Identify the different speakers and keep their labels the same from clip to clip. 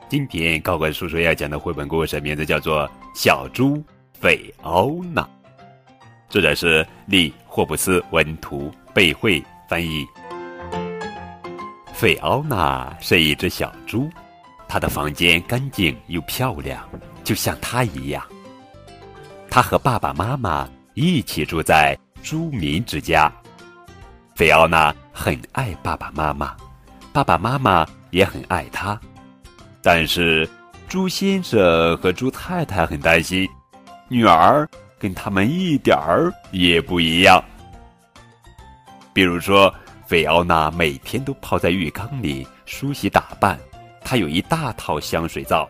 Speaker 1: 今天高管叔叔要讲的绘本故事名字叫做《小猪费奥娜》，作者是利·霍布斯文图，贝惠翻译。费奥娜是一只小猪，她的房间干净又漂亮，就像她一样。她和爸爸妈妈一起住在猪民之家。费奥娜很爱爸爸妈妈，爸爸妈妈也很爱她。但是猪先生和猪太太很担心，女儿跟他们一点儿也不一样。比如说，费奥娜每天都泡在浴缸里梳洗打扮，她有一大套香水皂。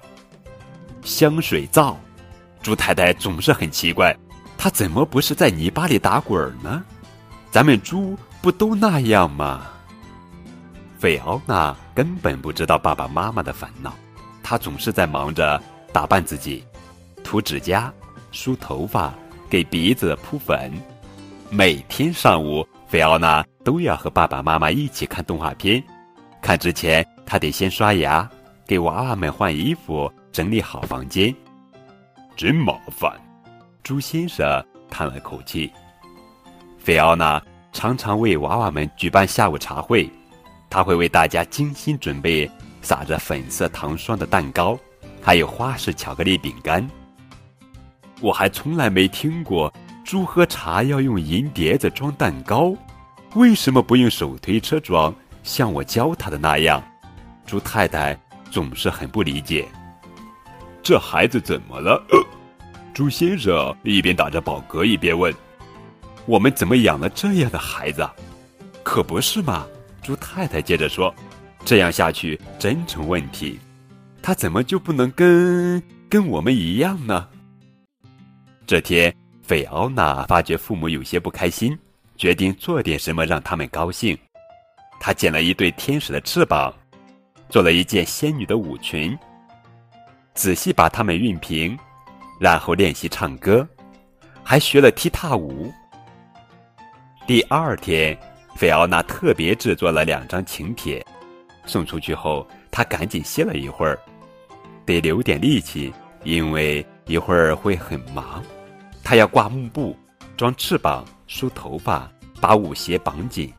Speaker 1: 猪太太总是很奇怪，她怎么不是在泥巴里打滚呢？咱们猪不都那样吗？费奥娜根本不知道爸爸妈妈的烦恼，她总是在忙着打扮自己，涂指甲、梳头发、给鼻子铺粉。每天上午，费奥娜都要和爸爸妈妈一起看动画片。看之前，她得先刷牙，给娃娃们换衣服，整理好房间。真麻烦，猪先生叹了口气。费奥娜常常为娃娃们举办下午茶会，他会为大家精心准备撒着粉色糖霜的蛋糕，还有花式巧克力饼干。我还从来没听过猪喝茶要用银碟子装蛋糕，为什么不用手推车装，像我教他的那样？猪太太总是很不理解。这孩子怎么了？猪先生一边打着饱嗝一边问：我们怎么养了这样的孩子？可不是嘛，猪太太接着说，这样下去真成问题，他怎么就不能跟我们一样呢？这天，费奥娜发觉父母有些不开心，决定做点什么让他们高兴。她剪了一对天使的翅膀，做了一件仙女的舞裙，仔细把它们熨平，然后练习唱歌，还学了踢踏舞。第二天，费奥娜特别制作了2张请帖，送出去后，她赶紧歇了一会儿，得留点力气，因为一会儿会很忙。她要挂幕布、装翅膀、梳头发、把舞鞋绑紧。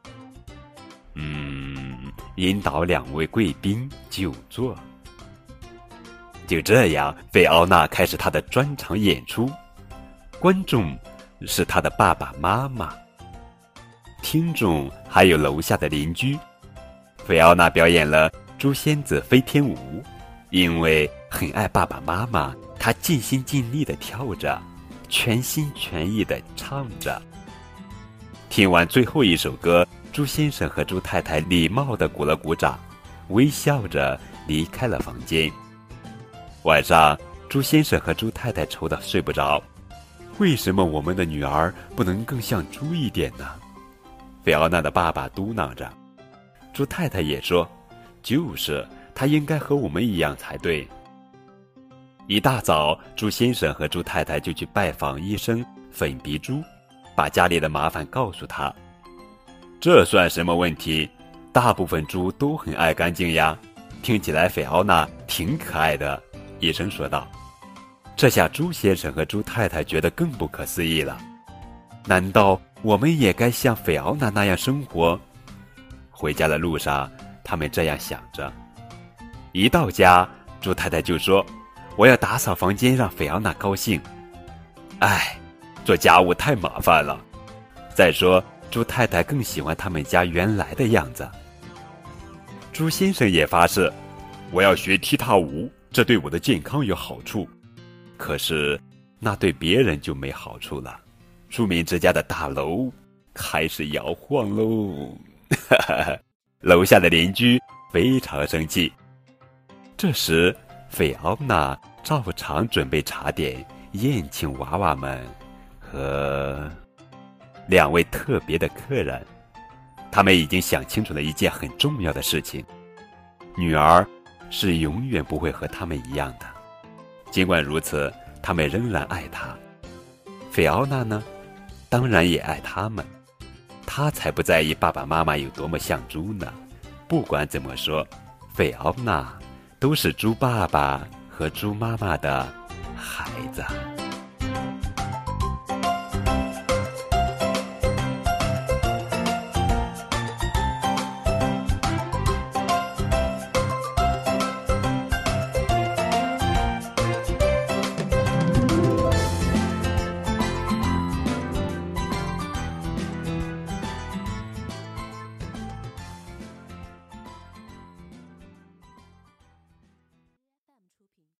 Speaker 1: 引导2位贵宾就坐。就这样，费奥娜开始她的专场演出，观众是她的爸爸妈妈，听众还有楼下的邻居。费奥娜表演了猪仙子飞天舞，因为很爱爸爸妈妈，她尽心尽力地跳着，全心全意地唱着。听完最后一首歌，猪先生和猪太太礼貌地鼓了鼓掌，微笑着离开了房间。晚上，猪先生和猪太太愁得睡不着。为什么我们的女儿不能更像猪一点呢？费奥娜的爸爸嘟囔着。猪太太也说，就是她应该和我们一样才对。一大早，猪先生和猪太太就去拜访医生粉鼻猪，把家里的麻烦告诉他。这算什么问题？大部分猪都很爱干净呀。听起来费奥娜挺可爱的，医生说道。这下猪先生和猪太太觉得更不可思议了。难道我们也该像费奥娜那样生活？回家的路上，他们这样想着。一到家，猪太太就说，我要打扫房间让费奥娜高兴。做家务太麻烦了。再说，猪太太更喜欢他们家原来的样子。猪先生也发誓，我要学踢踏舞，这对我的健康有好处。可是，那对别人就没好处了。猪民之家的大楼开始摇晃喽。楼下的邻居非常生气。这时，费奥娜照常准备茶点，宴请娃娃们和2位特别的客人。他们已经想清楚了一件很重要的事情，女儿是永远不会和他们一样的。尽管如此，他们仍然爱她。费奥娜呢，当然也爱他们。她才不在意爸爸妈妈有多么像猪呢。不管怎么说，费奥娜都是猪爸爸和猪妈妈的孩子。